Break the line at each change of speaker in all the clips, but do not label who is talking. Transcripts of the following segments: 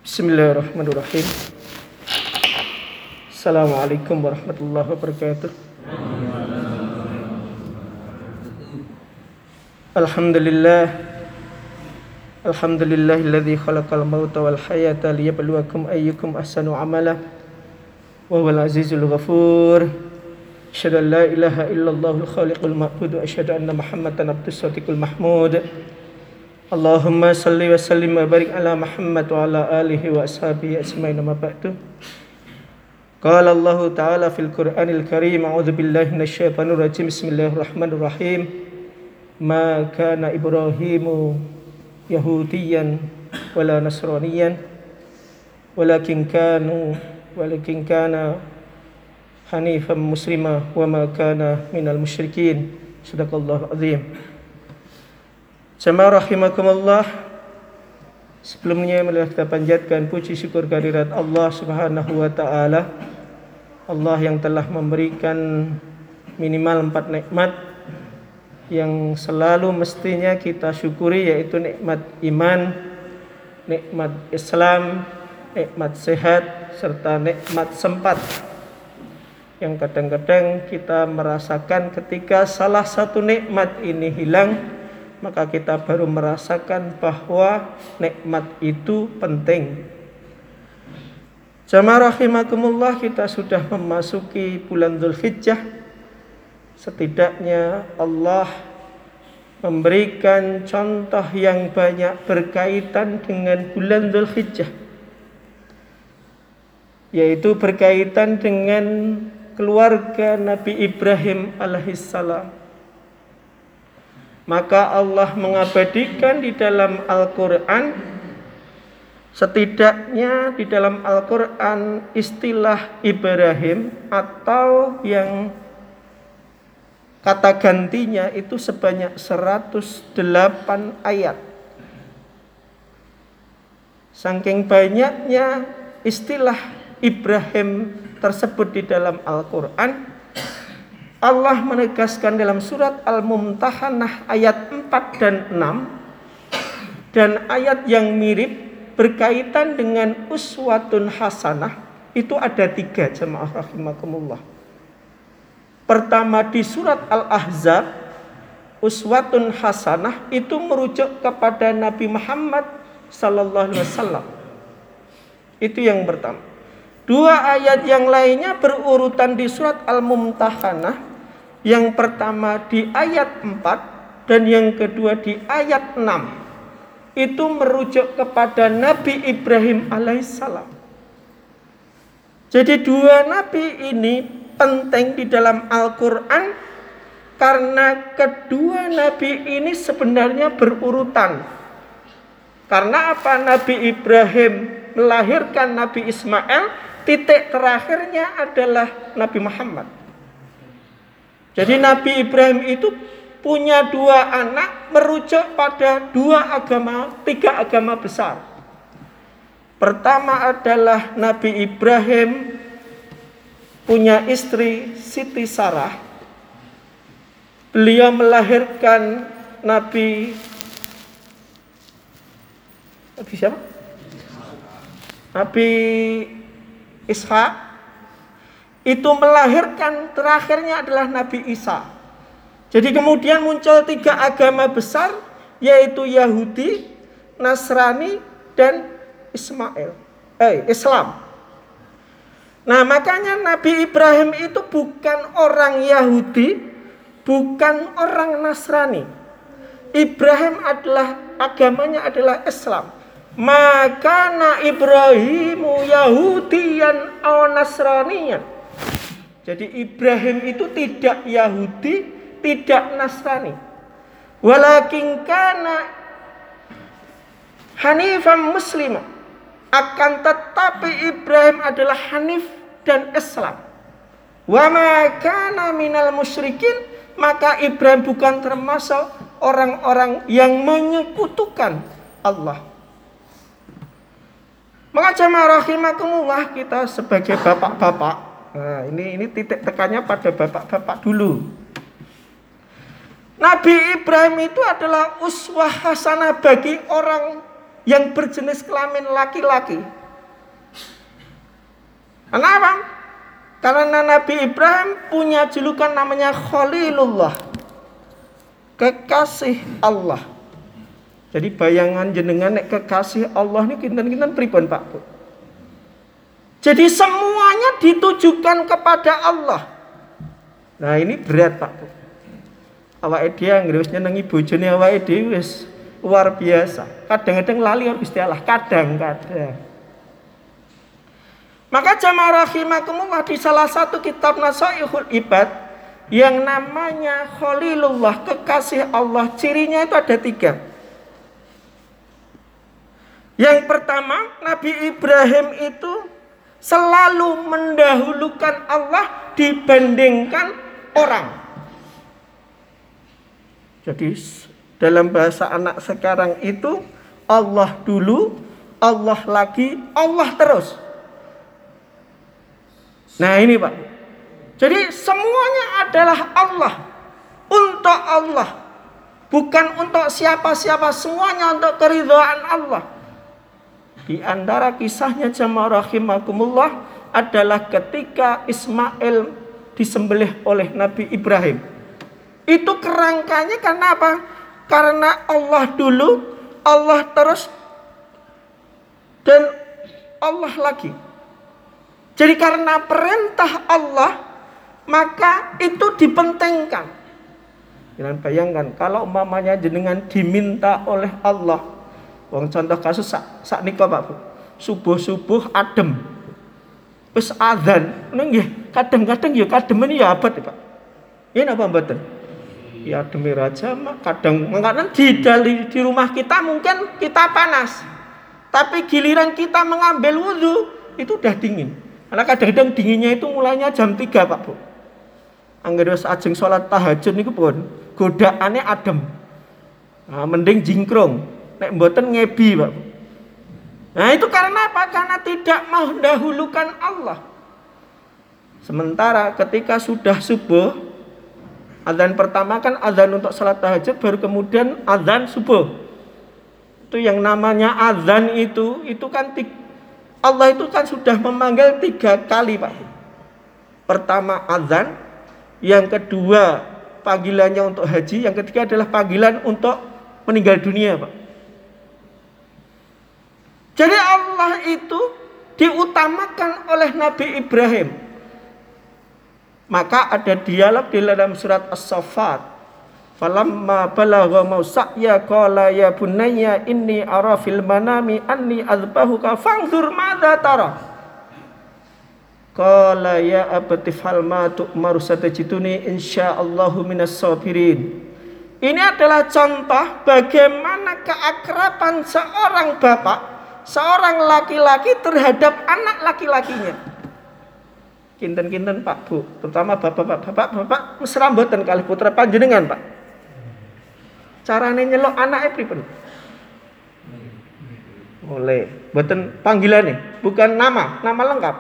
Bismillahirrahmanirrahim. Assalamualaikum warahmatullahi wabarakatuh. Alhamdulillahilladzi khalaqal mauta wal hayata liyabluwakum ayyukum ahsanu amala wa huwal azizul ghafur. Asyhadu an la ilaha illallahul khaliqul ma'bud wa asyhadu anna Muhammadan abduhu shadiqul mahmud. Allahumma salli wa sallim wa barik ala Muhammad wa ala alihi wa ashabihi ajmain amma ba'du. Qala Allah ta'ala fil Qur'anil Karim, a'udzu billahi minasyaitonir rajim. Bismillahirrahmanirrahim. Ma kana Ibrahimu yahudiyan wala nasraniyan walakin kana hanifan muslima wa ma kana minal musyrikin. Sadaqallahul azim. Jamaah rahimakumullah, sebelumnya marilah kita panjatkan puji syukur kehadirat Allah Subhanahu wa taala. Allah yang telah memberikan minimal 4 nikmat yang selalu mestinya kita syukuri, yaitu nikmat iman, nikmat Islam, nikmat sehat, serta nikmat sempat. Yang kadang-kadang kita merasakan ketika salah satu nikmat ini hilang, maka kita baru merasakan bahwa nikmat itu penting. Jamaah rahimakumullah, kita sudah memasuki bulan Dzulhijjah. Setidaknya Allah memberikan contoh yang banyak berkaitan dengan bulan Dzulhijjah, yaitu berkaitan dengan keluarga Nabi Ibrahim alaihissalam. Maka Allah mengabadikan di dalam Al-Quran, setidaknya di dalam Al-Quran istilah Ibrahim atau yang kata gantinya itu sebanyak 108 ayat. Saking banyaknya istilah Ibrahim tersebut di dalam Al-Quran, Allah menegaskan dalam surat Al-Mumtahanah ayat 4 dan 6, dan ayat yang mirip berkaitan dengan uswatun hasanah itu ada 3, jemaah rahimakumullah. Pertama di surat Al-Ahzab, uswatun hasanah itu merujuk kepada Nabi Muhammad sallallahu alaihi wasallam. Itu yang pertama. 2 ayat yang lainnya berurutan di surat Al-Mumtahanah. Yang pertama di ayat 4 dan yang kedua di ayat 6. Itu merujuk kepada Nabi Ibrahim alaihissalam. Jadi 2 nabi ini penting di dalam Al-Quran karena kedua nabi ini sebenarnya berurutan. Karena apa? Nabi Ibrahim melahirkan Nabi Ismail, titik terakhirnya adalah Nabi Muhammad. Jadi Nabi Ibrahim itu punya 2 anak merujuk pada 3 agama besar. Pertama adalah Nabi Ibrahim punya istri Siti Sarah. Beliau melahirkan Nabi siapa? Nabi Ishak. Itu melahirkan terakhirnya adalah Nabi Isa. Jadi kemudian muncul 3 agama besar, yaitu Yahudi, Nasrani, dan Islam. Nah, makanya Nabi Ibrahim itu bukan orang Yahudi, bukan orang Nasrani. Ibrahim agamanya adalah Islam. Maka Ibrahimu Yahudiyan aw Nasraniyan. Jadi Ibrahim itu tidak Yahudi, tidak Nasrani. Walakin kana hanifan muslima. Akan tetapi Ibrahim adalah hanif dan Islam. Wa ma kana minal musyrikin. Maka Ibrahim bukan termasuk orang-orang yang menyekutukan Allah. Maka jamaah rahimakumullah, kita sebagai bapak-bapak, nah ini titik tekannya pada bapak-bapak dulu. Nabi Ibrahim itu adalah uswah hasanah bagi orang yang berjenis kelamin laki-laki. Kenapa? Karena Nabi Ibrahim punya julukan namanya Khalilullah, kekasih Allah. Jadi bayangan jenengan nek kekasih Allah ini kinten-kinten pripun Pak Bu? Jadi semuanya ditujukan kepada Allah. Nah ini berat Pak Bu. Awake dhewe wis nyenengi bojone awake dhewe wis luar biasa. Kadang-kadang lali karo Gusti Allah, kadang-kadang. Maka jamaah rahimakumullah, di salah satu kitab Nasaihul Ibad yang namanya Khalilullah, kekasih Allah, cirinya itu ada 3. Yang pertama, Nabi Ibrahim itu selalu mendahulukan Allah dibandingkan orang. Jadi dalam bahasa anak sekarang itu Allah dulu, Allah lagi, Allah terus. Nah ini Pak. Jadi semuanya adalah Allah, untuk Allah, bukan untuk siapa-siapa, semuanya untuk keridhaan Allah. Di antara kisahnya jamaah rahimakumullah adalah ketika Ismail disembelih oleh Nabi Ibrahim. Itu kerangkanya karena apa? Karena Allah dulu, Allah terus, dan Allah lagi. Jadi karena perintah Allah, maka itu dipentingkan. Jangan bayangkan kalau umpamanya jenengan diminta oleh Allah. Wong contoh kasus sak nika Pak Bu. Subuh-subuh adem. Wis azan, nggih, kadang-kadang ya kademen ya abad Pak. Ini apa mboten? Ya demi raja kadang mengatakan di rumah kita mungkin kita panas. Tapi giliran kita mengambil wudhu itu udah dingin. Karena kadang-kadang dinginnya itu mulainya jam 3 Pak Bu. Anggere wis ajeng salat tahajud niku pun godaane adem. Nah, mending jingkrung, nek mboten ngebi Pak Bu. Nah, itu karena apa? Karena tidak mendahulukan Allah. Sementara ketika sudah subuh, azan pertama kan azan untuk salat tahajud, baru kemudian azan subuh. Itu yang namanya azan itu kan Allah itu kan sudah memanggil 3 kali Pak. Pertama azan, yang kedua panggilannya untuk haji, yang ketiga adalah panggilan untuk meninggal dunia Pak. Jadi Allah itu diutamakan oleh Nabi Ibrahim. Maka ada dialog di dalam surat As-Saffat. Falamma balagha mausa'ya qala ya bunayya inni ara fil manami anni azbahuka fanzur madza tara. Qala ya abati fal ma tu'maru satajiduni insyaallahu minas sabirin. Ini adalah contoh bagaimana keakraban seorang bapak, seorang laki-laki terhadap anak laki-lakinya. Kinten-kinten Pak Bu, terutama bapak mesra mboten kalih putra panjenengan Pak. Carane nyelok anake pripun? Oleh, mboten panggilane, bukan nama lengkap.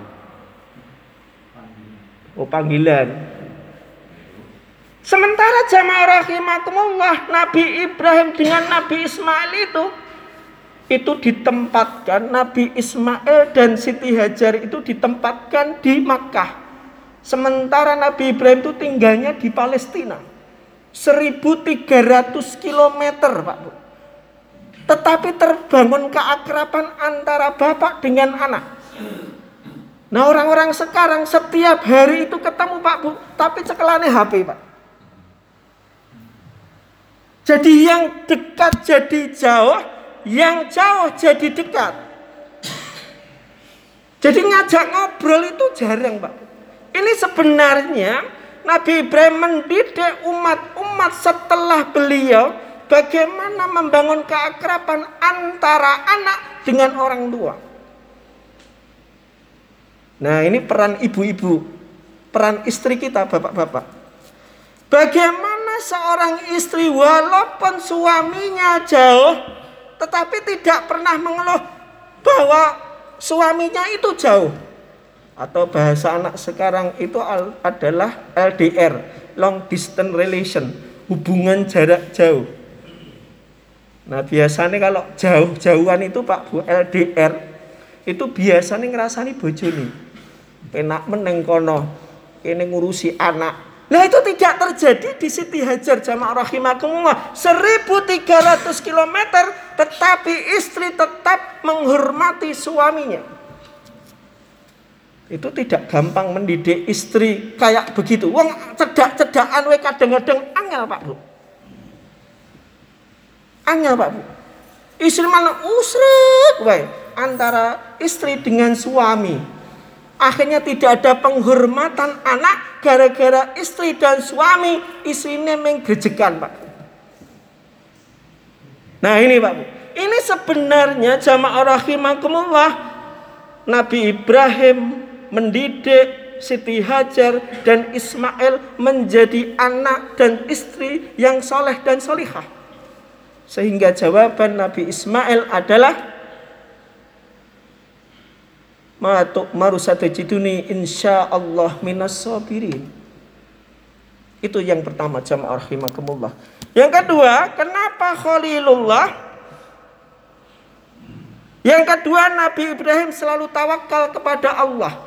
Oh, panggilan. Sementara jamaah rahimakumullah, Nabi Ibrahim dengan Nabi Ismail itu ditempatkan, Nabi Ismail dan Siti Hajar itu ditempatkan di Makkah. Sementara Nabi Ibrahim itu tinggalnya di Palestina. 1.300 km Pak Bu. Tetapi terbangun keakraban antara bapak dengan anak. Nah orang-orang sekarang setiap hari itu ketemu Pak Bu, tapi cekelane HP Pak. Jadi yang dekat jadi jauh, yang jauh jadi dekat. Jadi ngajak ngobrol itu jarang Pak. Ini sebenarnya Nabi Ibrahim mendidik umat-umat setelah beliau bagaimana membangun keakraban antara anak dengan orang tua. Nah ini peran ibu-ibu, peran istri kita bapak-bapak. Bagaimana seorang istri walaupun suaminya jauh tetapi tidak pernah mengeluh bahwa suaminya itu jauh. Atau bahasa anak sekarang itu adalah LDR, long distance relation, hubungan jarak jauh. Nah biasanya kalau jauh-jauhan itu Pak Bu LDR itu biasanya ngerasani bojone. Penak meneng kono, kene ngurusi anak. Nah itu tidak terjadi di Siti Hajar jamaah rahimakumullah. 1300 km tetapi istri tetap menghormati suaminya. Itu tidak gampang mendidik istri kayak begitu. Wong cedak-cedakan we kadang-kadang angel Pak Bu. Angel Pak Bu. Istri malah usrek wae antara istri dengan suami. Akhirnya tidak ada penghormatan anak gara-gara istri dan suami istrinya menggejekan Pak. Nah ini Pak Bu. Ini sebenarnya jamaah rahimakumullah Nabi Ibrahim mendidik Siti Hajar dan Ismail menjadi anak dan istri yang soleh dan solihah. Sehingga jawaban Nabi Ismail adalah maru satajiduni insyaallah minas sabirin. Itu yang pertama jamaah rahimakumullah. Yang kedua, kenapa Khalilullah? Yang kedua, Nabi Ibrahim selalu tawakal kepada Allah.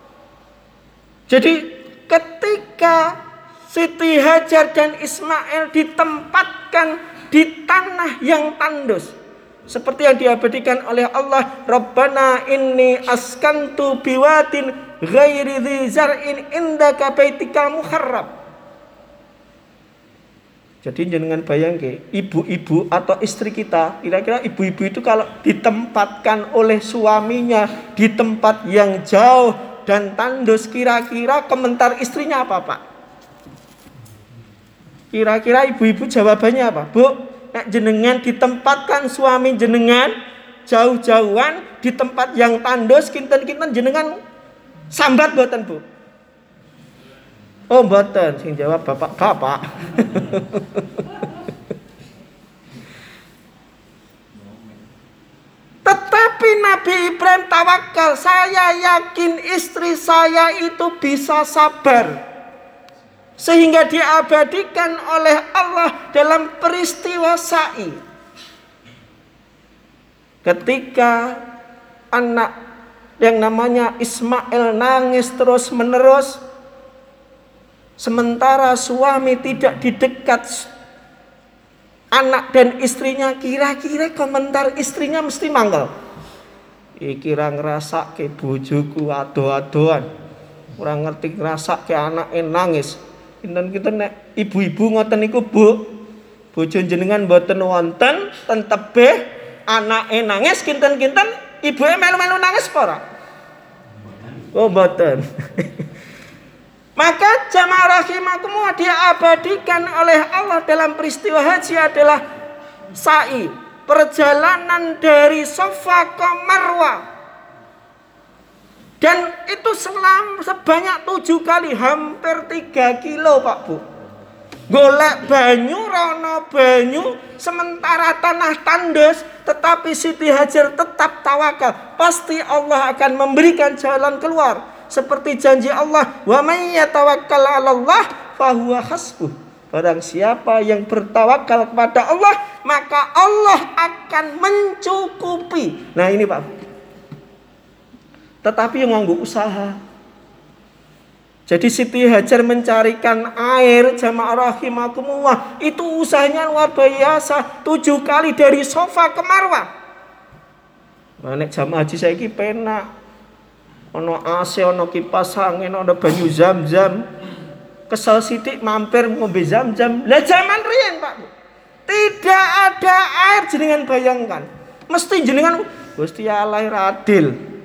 Jadi ketika Siti Hajar dan Ismail ditempatkan di tanah yang tandus, seperti yang diabadikan oleh Allah, Rabbana inni askantu biwatin ghairi dzi zar'in indaka baitikal muharram. Jadi jenengan bayangke, ibu-ibu atau istri kita, kira-kira ibu-ibu itu kalau ditempatkan oleh suaminya di tempat yang jauh dan tandus, kira-kira komentar istrinya apa Pak? Kira-kira ibu-ibu jawabannya apa? Bu, nek jenengan ditempatkan suami jenengan jauh-jauhan di tempat yang tandus, kinten-kinten jenengan sambat mboten Bu? Oh mboten, sing jawab bapak-bapak. Tetapi Nabi Ibrahim tawakal, saya yakin istri saya itu bisa sabar. Sehingga diabadikan oleh Allah dalam peristiwa sa'i. Ketika anak yang namanya Ismail nangis terus menerus, sementara suami tidak didekat anak dan istrinya, kira-kira komentar istrinya mesti mangkel. Kira ngerasa ke bojoku ado-adoan, kurang ngerti ngerasa ke anaknya nangis. Kita nek ibu-ibu ngoten niku Bu, bojo jenengan mboten wonten ten tebih anake nangis kinten-kinten ibuke melu-melu nangis apa ora? Oh mboten. Maka jamaah rahimakumullah diabadikan oleh Allah dalam peristiwa haji adalah sa'i, perjalanan dari Safa ke Marwah. Dan itu sebanyak 7 kali, hampir 3 kilo Pak Bu. Golek banyu, rono banyu, sementara tanah tandus, tetapi Siti Hajar tetap tawakal. Pasti Allah akan memberikan jalan keluar. Seperti janji Allah, wa may yatawakkal 'alallah fahuwa hasbuh. Barang siapa yang bertawakal kepada Allah, maka Allah akan mencukupi. Nah ini Pak. Tetapi yang nganggo usaha. Jadi Siti Hajar mencarikan air jamaah rahimakumullah, itu usahanya luar biasa. 7 kali dari Safa ke Marwah. Nah, nek jamaah haji saiki penak. Ono AC, ono kipas angin, ono banyu Zam-Zam. Kesel sithik mampir ngombe Zam-Zam. Lah zaman riyen Pak. Tidak ada air jenengan bayangkan. Mesti jenengan Gusti Allah radil.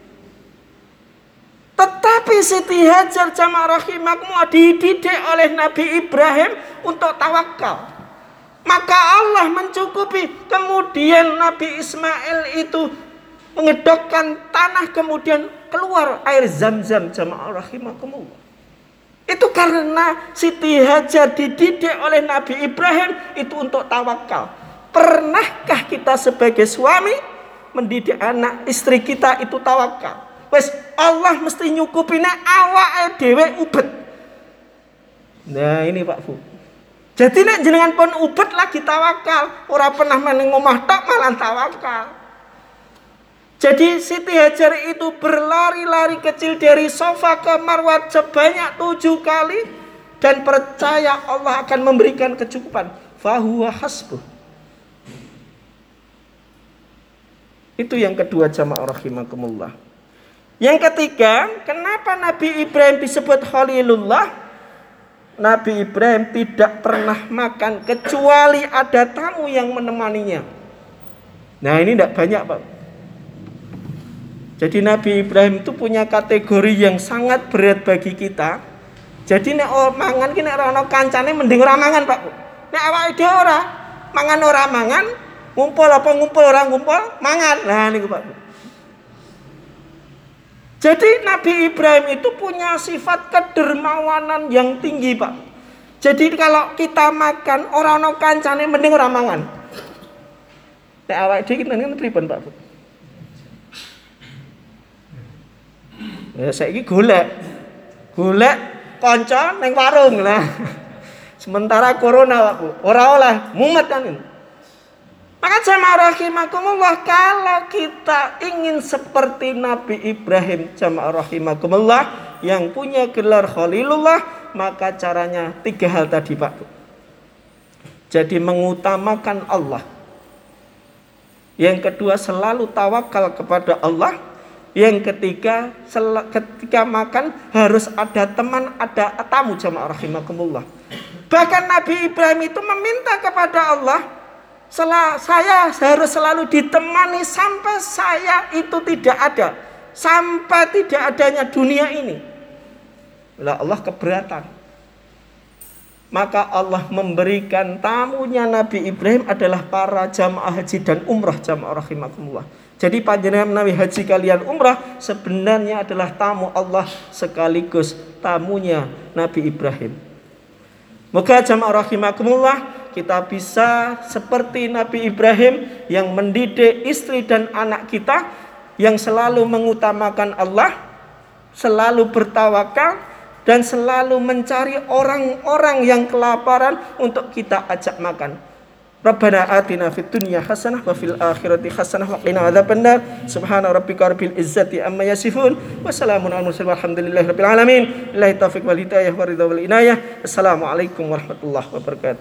Tetapi Siti Hajar jamaah rahimakumullah dididik oleh Nabi Ibrahim untuk tawakal. Maka Allah mencukupi. Kemudian Nabi Ismail itu mengedokkan tanah, kemudian keluar air Zam-Zam jamaah rahimakumullah. Itu karena Siti Hajar dididik oleh Nabi Ibrahim itu untuk tawakal. Pernahkah kita sebagai suami mendidik anak istri kita itu tawakal? Wes Allah mesti nyukupine awake dhewe ubet. Nah ini Pak Bu. Jadi nek jenengan pun ubet lagi tawakal, ora pernah meneng omah tok malah tawakal. Jadi Siti Hajar itu berlari-lari kecil dari Safa ke Marwah sebanyak 7 kali dan percaya Allah akan memberikan kecukupan. Fahuwa hasbuh. Itu yang kedua, jamaah rahimakumullah. Yang ketiga, kenapa Nabi Ibrahim disebut Khalilullah? Nabi Ibrahim tidak pernah makan kecuali ada tamu yang menemaninya. Nah, ini tidak banyak, Pak. Jadi Nabi Ibrahim itu punya kategori yang sangat berat bagi kita. Jadi nek mangan ki nek ora ana kancane mending ora mangan, Pak. Nek awake dhewe ora mangan, ngumpul ora ngumpul, mangan. Nah niku, Pak. Jadi Nabi Ibrahim itu punya sifat kedermawanan yang tinggi, Pak. Jadi kalau kita makan orang ono kancane mending ora mangan. Nek awake dhewe kinten pripun, Pak? Ya saiki golek kanca ning warung lah. Sementara corona, Pak. Ora oleh mumet kan. Maka jamaah rahimakumullah, kalau kita ingin seperti Nabi Ibrahim, jamaah rahimakumullah, yang punya gelar Khalilullah, maka caranya 3 hal tadi, Pak. Jadi mengutamakan Allah. Yang kedua, selalu tawakal kepada Allah. Yang ketiga, ketika makan harus ada teman, ada tamu, jamaah rahimakumullah. Bahkan Nabi Ibrahim itu meminta kepada Allah, saya harus selalu ditemani sampai saya itu tidak ada, sampai tidak adanya dunia ini. Lah Allah keberatan. Maka Allah memberikan tamunya Nabi Ibrahim adalah para jamaah haji dan umrah, jamaah rahimakumullah. Jadi panjenengan menawi haji kalian umrah sebenarnya adalah tamu Allah sekaligus tamunya Nabi Ibrahim. Moga jamaah rahimakumullah kita bisa seperti Nabi Ibrahim yang mendidik istri dan anak kita, yang selalu mengutamakan Allah, selalu bertawakal, dan selalu mencari orang-orang yang kelaparan untuk kita ajak makan. Rabbana atina fid dunya hasanah wa fil akhirati hasanah wa qina adzabannar. Subhana rabbika rabbil izzati amma yasifun wa salamun alal mursalin walhamdulillahi rabbil alamin. Billahi taufiq wal hidayah wa ridha wal inayah. Assalamualaikum warahmatullahi wabarakatuh.